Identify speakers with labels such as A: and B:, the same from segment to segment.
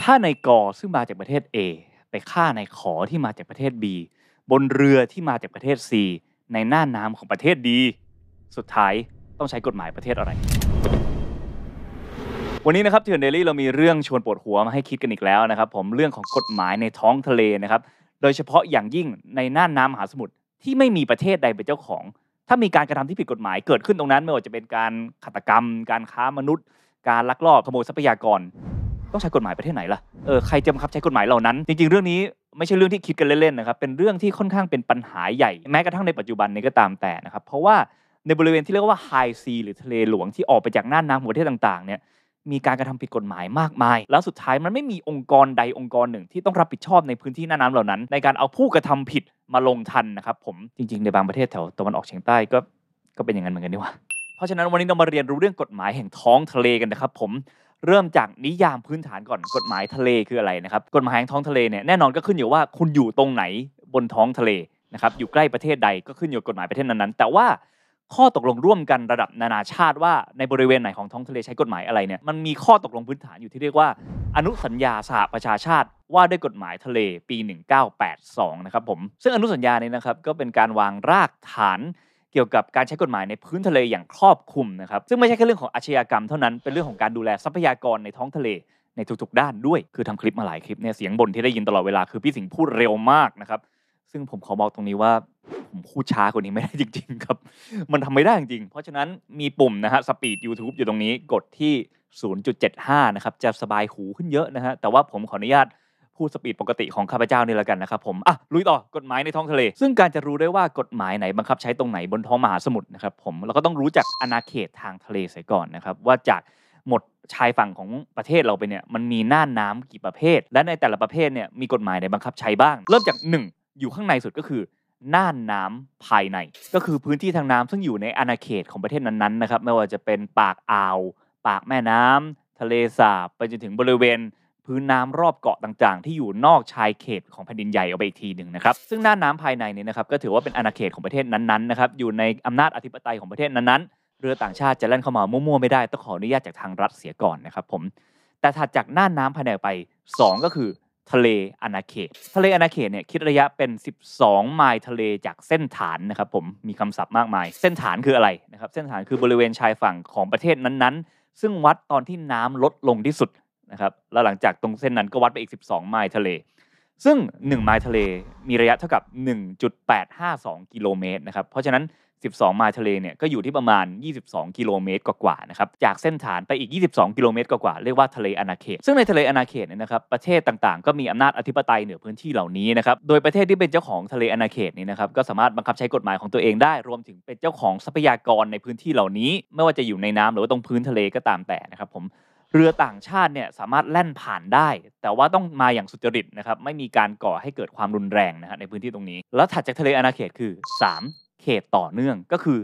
A: ถ้านายกซึ่งมาจากประเทศ A ไปฆ่านายขอที่มาจากประเทศ B บนเรือที่มาจากประเทศ C ในน่านน้ำของประเทศ D สุดท้ายต้องใช้กฎหมายประเทศอะไรวันนี้นะครับเถื่อนเดลี่เรามีเรื่องชวนปวดหัวมาให้คิดกันอีกแล้วนะครับผมเรื่องของกฎหมายในท้องทะเลนะครับโดยเฉพาะอย่างยิ่งในน่านน้ำมหาสมุทรที่ไม่มีประเทศใดเป็นเจ้าของถ้ามีการกระทำที่ผิดกฎหมายเกิดขึ้นตรงนั้นไม่ว่าจะเป็นการฆาตกรรมการค้ามนุษย์การลักลอบขโมยทรัพยากรต้องใช้กฎหมายประเทศไหนล่ะใครจะบังคับใช้กฎหมายเหล่านั้นจริงๆเรื่องนี้ไม่ใช่เรื่องที่คิดกันเล่นๆนะครับเป็นเรื่องที่ค่อนข้างเป็นปัญหาใหญ่แม้กระทั่งในปัจจุบันนี้ก็ตามแต่นะครับเพราะว่าในบริเวณที่เรียกว่าไฮซีหรือทะเลหลวงที่ออกไปจากน่านน้ำของประเทศต่างๆเนี่ยมีการกระทำผิดกฎหมายมากมายแล้วสุดท้ายมันไม่มีองค์กรใดองค์กรหนึ่งที่ต้องรับผิดชอบในพื้นที่น่านน้ำเหล่านั้นในการเอาผู้กระทำผิดมาลงทันนะครับผมจริงๆในบางประเทศแถวตะวันออกเฉียงใต้ก็เป็นอย่างนั้นเหมือนกันนี่หว่าเพราะฉะนั้นวันนี้เรามาเรียนรู้เรื่องกฎหมายแห่งท้องทะเลกันนะครับผมเริ่มจากนิยามพื้นฐานก่อนกฎหมายทะเลคืออะไรนะครับกฎหมายแห่งท้องทะเลเนี่ยแน่นอนก็ขึ้นอยู่ว่าคุณอยู่ตรงไหนบนท้องทะเลนะครับอยู่ใกล้ประเทศใดก็ขึ้นอยู่กับกฎหมายประเทศนั้นๆแต่ว่าข้อตกลงร่วมกันระดับนานาชาติว่าในบริเวณไหนของท้องทะเลใช้กฎหมายอะไรเนี่ยมันมีข้อตกลงพื้นฐานอยู่ที่เรียกว่าอนุสัญญาสหประชาชาติว่าด้วยกฎหมายทะเลปี1982นะครับผมซึ่งอนุสัญญานี้นะครับก็เป็นการวางรากฐานเกี่ยวกับการใช้กฎหมายในพื้นทะเลอย่างครอบคลุมนะครับซึ่งไม่ใช่แค่เรื่องของอาชญากรรมเท่านั้นเป็นเรื่องของการดูแลทรัพยากรในท้องทะเลในทุกๆด้านด้วยคือทำคลิปมาหลายคลิปเนี่ยเสียงบ่นที่ได้ยินตลอดเวลาคือพี่สิงห์พูดเร็วมากนะครับซึ่งผมขอบอกตรงนี้ว่าผมพูดช้ากว่านี้ไม่ได้จริงๆครับมันทำไม่ได้จริงๆเพราะฉะนั้นมีปุ่มนะฮะสปีด YouTube อยู่ตรงนี้กดที่ 0.75 นะครับจะสบายหูขึ้นเยอะนะฮะแต่ว่าผมขออนุญาตพูดสปีดปกติของข้าพเจ้านี่แล้วกันนะครับผมลุยต่อกฎหมายในท้องทะเลซึ่งการจะรู้ได้ว่ากฎหมายไหนบังคับใช้ตรงไหนบนท้องมหาสมุทรนะครับผมเราก็ต้องรู้จักอาณาเขตทางทะเลเสียก่อนนะครับว่าจากหมดชายฝั่งของประเทศเราไปเนี่ยมันมีน่านน้ำกี่ประเภทและในแต่ละประเภทเนี่ยมีกฎหมายไหนบังคับใช้บ้างเริ่มจาก1อยู่ข้างในสุดก็คือน่านน้ำภายในก็คือพื้นที่ทางน้ำซึ่งอยู่ในอาณาเขตของประเทศนั้นๆนะครับไม่ว่าจะเป็นปากอ่าวปากแม่น้ำทะเลสาบไปจนถึงบริเวณพื้นน้ำรอบเกาะต่างๆที่อยู่นอกชายเขตของแผ่นดินใหญ่ออกไปอีกทีหนึ่งนะครับซึ่งน่านน้ำภายในนี้นะครับก็ถือว่าเป็นอาณาเขตของประเทศนั้นๆนะครับอยู่ในอำนาจอธิปไตยของประเทศนั้นๆเรือต่างชาติจะแล่นเข้ามามั่วๆไม่ได้ต้องขออนุญาตจากทางรัฐเสียก่อนนะครับผมแต่ถัดจากน่านน้ำภายในไป2ก็คือทะเลอาณาเขตทะเลอาณาเขตเนี่ยคิดระยะเป็น12ไมล์ทะเลจากเส้นฐานนะครับผมมีคำศัพท์มากมายเส้นฐานคืออะไรนะครับเส้นฐานคือบริเวณชายฝั่งของประเทศนั้นๆซึ่งวัดตอนที่น้ำลดลงที่สุดนะครับแล้วหลังจากตรงเส้นนั้นก็วัดไปอีก12ไมล์ทะเลซึ่ง1ไมล์ทะเลมีระยะเท่ากับ 1.852 กิโลเมตรนะครับเพราะฉะนั้น12ไมล์ทะเลเนี่ยก็อยู่ที่ประมาณ22กิโลเมตรกว่าๆนะครับจากเส้นฐานไปอีก22กิโลเมตรกว่าๆเรียกว่าทะเลอาณาเขตซึ่งในทะเลอาณาเขตเนี่ยนะครับประเทศต่างๆก็มีอำนาจอธิปไตยเหนือพื้นที่เหล่านี้นะครับโดยประเทศที่เป็นเจ้าของทะเลอาณาเขตนี้นะครับก็สามารถบังคับใช้กฎหมายของตัวเองได้รวมถึงเป็นเจ้าของทรัพยากรในพื้นที่เหล่านี้ไม่ว่าจะอยู่ในน้ำหรือว่าตรงพื้นทะเลก็ตามแต่นะครับผมเรือต่างชาติเนี่ยสามารถแล่นผ่านได้แต่ว่าต้องมาอย่างสุจริตนะครับไม่มีการก่อให้เกิดความรุนแรงนะฮะในพื้นที่ตรงนี้แล้วถัดจากทะเลอาณาเขตคือ3เขตต่อเนื่องก็คือ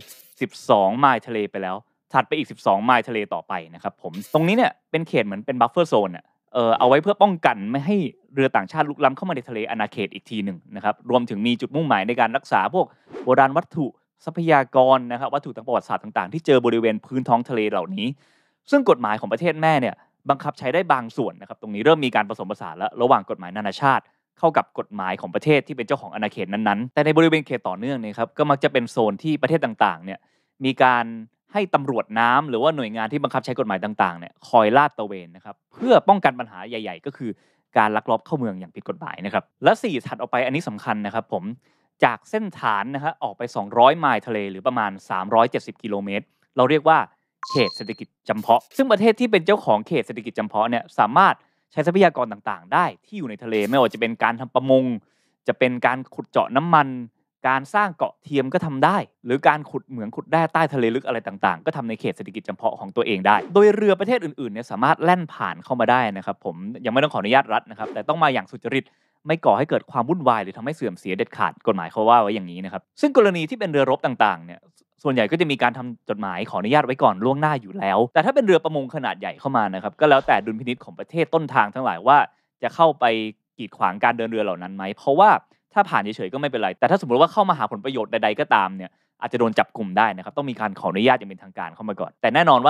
A: 12ไมล์ทะเลไปแล้วถัดไปอีก12ไมล์ทะเลต่อไปนะครับผมตรงนี้เนี่ยเป็นเขตเหมือนเป็นบัฟเฟอร์โซนเอาไว้เพื่อป้องกันไม่ให้เรือต่างชาติลุกล้ำเข้ามาในทะเลอาณาเขตอีกทีหนึ่งนะครับรวมถึงมีจุดมุ่งหมายในการรักษาพวกโบราณวัตถุทรัพยากรนะครับวัตถุทางประวัติศาสตร์ต่างๆที่เจอบริเวณพื้นท้องทะเลเหล่านี้ซึ่งกฎหมายของประเทศแม่เนี่ยบังคับใช้ได้บางส่วนนะครับตรงนี้เริ่มมีการผสมผสานแล้วระหว่างกฎหมายนานาชาติเข้ากับกฎหมายของประเทศที่เป็นเจ้าของอาณาเขตนั้นๆแต่ในบริเวณเขตต่อเนื่องเนี่ยครับก็มักจะเป็นโซนที่ประเทศต่างๆเนี่ยมีการให้ตำรวจน้ำหรือว่าหน่วยงานที่บังคับใช้กฎหมายต่างๆเนี่ยคอยลาดตระเวนนะครับเพื่อป้องกันปัญหาใหญ่ๆก็คือการลักลอบเข้าเมืองอย่างผิดกฎหมายนะครับและ4ถัดออกไปอันนี้สำคัญนะครับผมจากเส้นฐานนะฮะออกไป200ไมล์ทะเลหรือประมาณ370กิโลเมตรเราเรียกว่าเขตเศรษฐกิจจำเพาะซึ่งประเทศที่เป็นเจ้าของเขตเศรษฐกิจจำเพาะเนี่ยสามารถใช้ทรัพยากรต่างๆได้ที่อยู่ในทะเลไม่ว่าจะเป็นการทำประมงจะเป็นการขุดเจาะน้ำมันการสร้างเกาะเทียมก็ทำได้หรือการขุดเหมืองขุดแร่ใต้ทะเลลึกอะไรต่างๆก็ทำในเขตเศรษฐกิจจำเพาะของตัวเองได้โดยเรือประเทศอื่นๆเนี่ยสามารถแล่นผ่านเข้ามาได้นะครับผมยังไม่ต้องขออนุญาตรัฐนะครับแต่ต้องมาอย่างสุจริตไม่ก่อให้เกิดความวุ่นวายหรือทำให้เสื่อมเสียเด็ดขาดกฎหมายเขาว่าไว้อย่างนี้นะครับซึ่งกรณีที่เป็นเรือรบต่างๆเนี่ยส่วนใหญ่ก็จะมีการทำจดหมายขออนุญาตไว้ก่อนล่วงหน้าอยู่แล้วแต่ถ้าเป็นเรือประมงขนาดใหญ่เข้ามานะครับก็แล้วแต่ดุลพินิจของประเทศต้นทางทั้งหลายว่าจะเข้าไปกีดขวางการเดินเรือเหล่านั้นไหมเพราะว่าถ้าผ่านเฉยๆก็ไม่เป็นไรแต่ถ้าสมมติว่าเข้ามาหาผลประโยชน์ใดๆก็ตามเนี่ยอาจจะโดนจับกลุ่มได้นะครับต้องมีการขออนุญาตอย่างเป็นทางการเข้ามาก่อนแต่แน่นอนว่า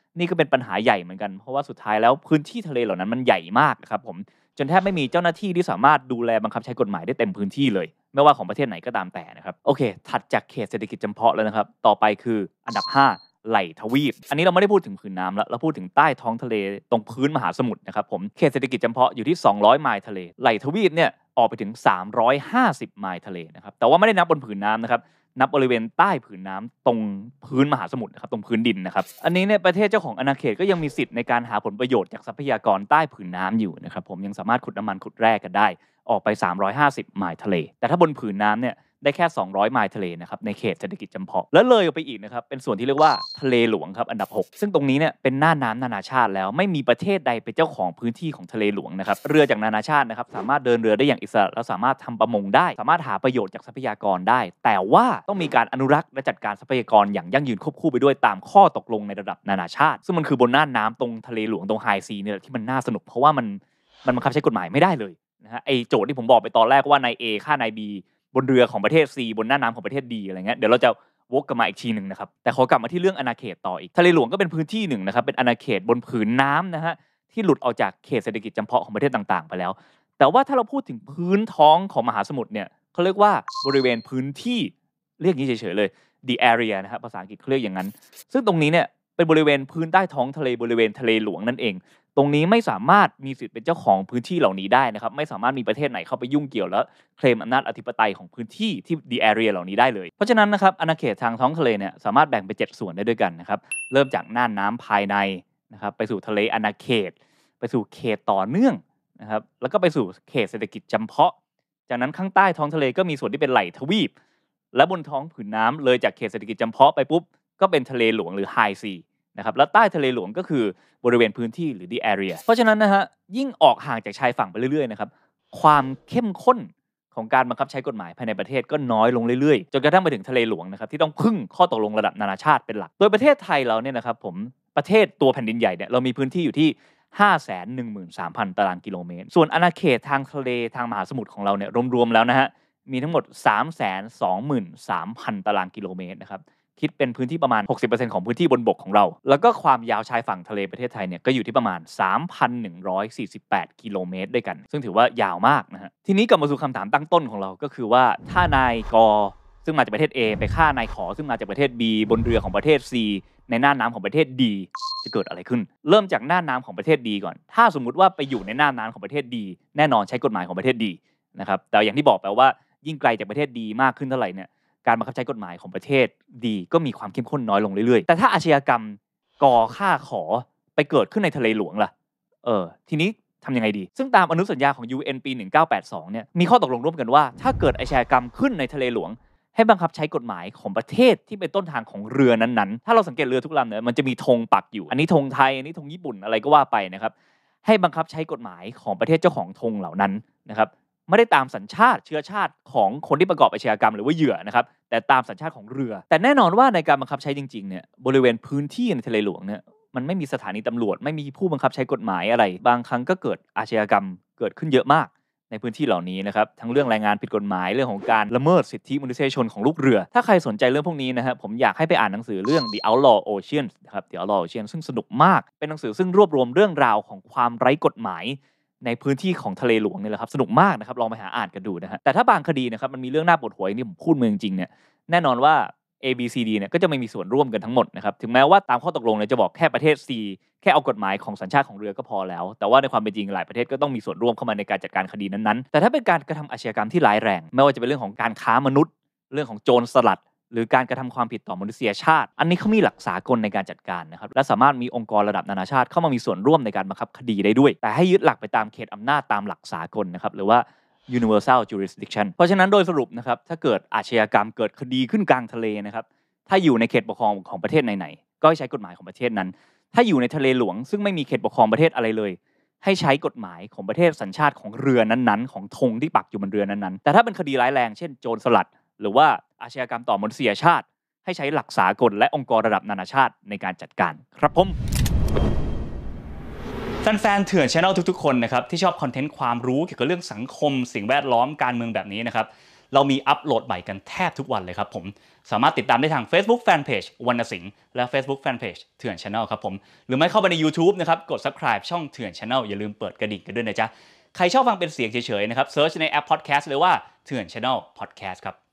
A: นี่ก็เป็นปัญหาใหญ่เหมือนกันเพราะว่าสุดท้ายแล้วพื้นที่ทะเลเหล่านั้นมันใหญ่มากครับผมจนแทบไม่มีเจ้าหน้าที่ที่สามารถดูแลบังคับใช้กฎหมายได้เต็มพื้นที่เลยไม่ว่าของประเทศไหนก็ตามแต่นะครับโอเคถัดจากเขตเศรษฐกิจจำเพาะแล้วนะครับต่อไปคืออันดับ5ไหลทวีปอันนี้เราไม่ได้พูดถึงผืนน้ำแล้วเราพูดถึงใต้ท้องทะเลตรงพื้นมหาสมุทรนะครับผมเขตเศรษฐกิจจำเพาะอยู่ที่200ไมล์ทะเลไหลทวีปเนี่ยออกไปถึง350ไมล์ทะเลนะครับแต่ว่าไม่ได้นับบนผืนน้ำนะครับนับบริเวณใต้ผืนน้ำตรงพื้นมหาสมุทรนะครับตรงพื้นดินนะครับอันนี้เนี่ยประเทศเจ้าของอาณาเขตก็ยังมีสิทธิ์ในการหาผลประโยชน์จากทรัพยากรใต้ผืนน้ำอยู่นะครับผมยังสามารถขุดน้ำมันขุดแร่กันได้ออกไป350ไมล์ทะเลแต่ถ้าบนผืนน้ำเนี่ยได้แค่200ไมล์ทะเลนะครับในเขตเศรษฐกิจจำเพาะแล้วเลยออกไปอีกนะครับเป็นส่วนที่เรียกว่าทะเลหลวงครับอันดับ6ซึ่งตรงนี้เนี่ยเป็นน่านน้ำนานาชาติแล้วไม่มีประเทศใดเป็นเจ้าของพื้นที่ของทะเลหลวงนะครับเรือจากนานาชาตินะครับสามารถเดินเรือได้อย่างอิสระและสามารถทำประมงได้สามารถหาประโยชน์จากทรัพยากรได้แต่ว่าต้องมีการอนุรักษ์และจัดการทรัพยากรอย่างยั่งยืนควบคู่ไปด้วยตามข้อตกลงในระดับนานาชาติซึ่งมันคือบนน่านน้ำตรงทะเลหลวงตรงไฮซีเนี่ยที่มันน่าสนุกเพราะว่ามันบังคับใช้กฎหมายไม่ได้เลยนะฮะไอโจทย์ที่ผมบอกไปตอนแรกว่านาย A ฆ่านาย Bบนเรือของประเทศ C บนหน้าน้ำของประเทศ D อะไรเงี้ยเดี๋ยวเราจะวกกลับมาอีกทีหนึ่งนะครับแต่ขอกลับมาที่เรื่องอาณาเขตต่ออีกทะเลหลวงก็เป็นพื้นที่หนึ่งนะครับเป็นอาณาเขตบนผืนน้ำนะฮะที่หลุดออกจากเขตเศรษฐกิจจำเพาะของประเทศต่างๆไปแล้วแต่ว่าถ้าเราพูดถึงพื้นท้องของมหาสมุทรเนี่ยเขาเรียกว่าบริเวณพื้นที่เรียกอย่างนี้เฉยๆเลย the area นะครับภาษาอังกฤษเขาเรียกอย่างนั้นซึ่งตรงนี้เนี่ยเป็นบริเวณพื้นใต้ท้องทะเลบริเวณทะเลหลวงนั่นเองตรงนี้ไม่สามารถมีสิทธิ์เป็นเจ้าของพื้นที่เหล่านี้ได้นะครับไม่สามารถมีประเทศไหนเข้าไปยุ่งเกี่ยวแล้วเคลมอำนาจอธิปไตยของพื้นที่ที่ the area เหล่านี้ได้เลยเพราะฉะนั้นนะครับอาณาเขตทางท้องทะเลเนี่ยสามารถแบ่งเป็น7ส่วนได้ด้วยกันนะครับเริ่มจากน่านน้ำภายในนะครับไปสู่ทะเลอาณาเขตไปสู่เขตต่อเนื่องนะครับแล้วก็ไปสู่เขตเศรษฐกิจจำเพาะจากนั้นข้างใต้ท้องทะเลก็มีส่วนที่เป็นไหลทวีปและบนท้องผืนน้ำเลยจากเขตเศรษฐกิจจำเพาะไปปุ๊บก็เป็นทะเลหลวงหรือ high sea นะครับแล้วใต้ทะเลหลวงก็คือบริเวณพื้นที่หรือ the area เพราะฉะนั้นนะฮะยิ่งออกห่างจากชายฝั่งไปเรื่อยๆนะครับความเข้มข้นของการบังคับใช้กฎหมายภายในประเทศก็น้อยลงเรื่อยๆจนกระทั่งไปถึงทะเลหลวงนะครับที่ต้องพึ่งข้อตกลงระดับนานาชาติเป็นหลักโดยประเทศไทยเราเนี่ยนะครับผมประเทศตัวแผ่นดินใหญ่เนี่ยเรามีพื้นที่อยู่ที่ 513,000 ตารางกิโลเมตรส่วนอาณาเขตทางทะเลทางมหาสมุทรของเราเนี่ยรวมๆแล้วนะฮะมีทั้งหมด 323,000 ตารางกิโลเมตรนะครับคิดเป็นพื้นที่ประมาณ 60% ของพื้นที่บนบกของเราแล้วก็ความยาวชายฝั่งทะเลประเทศไทยเนี่ยก็อยู่ที่ประมาณ 3,148 กิโลเมตรด้วยกันซึ่งถือว่ายาวมากนะฮะทีนี้กลับมาสู่คำถามตั้งต้นของเราก็คือว่าถ้านายกซึ่งมาจากประเทศ A ไปฆ่านายขอซึ่งมาจากประเทศ B บนเรือของประเทศ C ในน่านน้ำของประเทศ D จะเกิดอะไรขึ้นเริ่มจากน่านน้ำของประเทศ D ก่อนถ้าสมมุติว่าไปอยู่ในน่านน้ำของประเทศ D แน่นอนใช้กฎหมายของประเทศ D นะครับแต่อย่างที่บอกไปว่ายิ่งไกลจากประเทศ D มากขึ้นเท่าไหร่เนี่ยการบังคับใช้กฎหมายของประเทศดีก็มีความเข้มข้นน้อยลงเรื่อยๆแต่ถ้าอาชญากรรมก่อฆ่าขอไปเกิดขึ้นในทะเลหลวงล่ะทีนี้ทำยังไงดีซึ่งตามอนุสัญญาของ UN ปี 1982 เนี่ยมีข้อตกลงร่วมกันว่าถ้าเกิดอาชญากรรมขึ้นในทะเลหลวงให้บังคับใช้กฎหมายของประเทศที่เป็นต้นทางของเรือนั้นๆถ้าเราสังเกตเรือทุกลำเนี่ยมันจะมีธงปักอยู่อันนี้ธงไทยอันนี้ธงญี่ปุ่นอะไรก็ว่าไปนะครับให้บังคับใช้กฎหมายของประเทศเจ้าของธงเหล่านั้นนะครับไม่ได้ตามสัญชาติเชื้อชาติของคนที่ประกอบอาชญากรรมหรือว่าเหยื่อนะครับแต่ตามสัญชาติของเรือแต่แน่นอนว่าในการบังคับใช้จริงๆเนี่ยบริเวณพื้นที่ในทะเลหลวงเนี่ยมันไม่มีสถานีตำรวจไม่มีผู้บังคับใช้กฎหมายอะไรบางครั้งก็เกิดอาชญากรรมเกิดขึ้นเยอะมากในพื้นที่เหล่านี้นะครับทั้งเรื่องแรงงานผิดกฎหมายเรื่องของการละเมิดสิทธิมนุษยชนของลูกเรือถ้าใครสนใจเรื่องพวกนี้นะฮะผมอยากให้ไปอ่านหนังสือเรื่อง The Outlaw Ocean นะครับ The Outlaw Ocean ซึ่งสนุกมากเป็นหนังสือซึ่งรวบรวมเรื่องราวของความไร้กฎหมายในพื้นที่ของทะเลหลวงนี่แหละครับสนุกมากนะครับลองไปหาอ่านกันดูนะฮะแต่ถ้าบางคดีนะครับมันมีเรื่องน่าปวดหัวอย่างที่ผมพูดมาจริงๆเนี่ยแน่นอนว่า A B C D เนี่ยก็จะไม่มีส่วนร่วมกันทั้งหมดนะครับถึงแม้ว่าตามข้อตกลงเนี่ยจะบอกแค่ประเทศ C แค่เอากฎหมายของสัญชาติของเรือก็พอแล้วแต่ว่าในความเป็นจริงหลายประเทศก็ต้องมีส่วนร่วมเข้ามาในการจัดการคดีนั้นๆแต่ถ้าเป็นการกระทำอาชญากรรมที่ร้ายแรงไม่ว่าจะเป็นเรื่องของการค้ามนุษย์เรื่องของโจรสลัดหรือการกระทำความผิดต่อมนุษยชาติอันนี้เขามีหลักสากลในการจัดการนะครับและสามารถมีองค์กรระดับนานาชาติเข้ามามีส่วนร่วมในการบังคับคดีได้ด้วยแต่ให้ยึดหลักไปตามเขตอำนาจตามหลักสากลนะครับหรือว่า universal jurisdiction เพราะฉะนั้นโดยสรุปนะครับถ้าเกิดอาชญากรรมเกิดคดีขึ้นกลางทะเลนะครับถ้าอยู่ในเขตปกครองของประเทศไหนๆก็ให้ใช้กฎหมายของประเทศนั้นถ้าอยู่ในทะเลหลวงซึ่งไม่มีเขตปกครองประเทศอะไรเลยให้ใช้กฎหมายของประเทศสัญชาติของเรือนั้นๆของธงที่ปักอยู่บนเรือนั้นๆแต่ถ้าเป็นคดีร้ายแรงเช่นโจรสลัดหรือว่าอาชญากรรมต่อมนุษยชาติให้ใช้หลักสากลและองค์กรระดับนานาชาติในการจัดการครับผมแฟนๆเถื่อน Channel ทุกๆคนนะครับที่ชอบคอนเทนต์ความรู้เกี่ยวกับเรื่องสังคมสิ่งแวดล้อมการเมืองแบบนี้นะครับ
B: เรามีอัปโหลดใหม่กันแทบทุกวันเลยครับผมสามารถติดตามได้ทาง Facebook Fanpage วรรณสิงห์และ Facebook Fanpage เถื่อน Channel ครับผมหรือไม่เข้าไปใน YouTube นะครับกด Subscribe ช่องเถื่อน Channel อย่าลืมเปิดกระดิ่งกันด้วยนะจ๊ะใครชอบฟังเป็นเสียงเฉยๆนะครับเซิร์ชในแอป Podcast เลยว่าเถื่อน Channel Podcast ครับ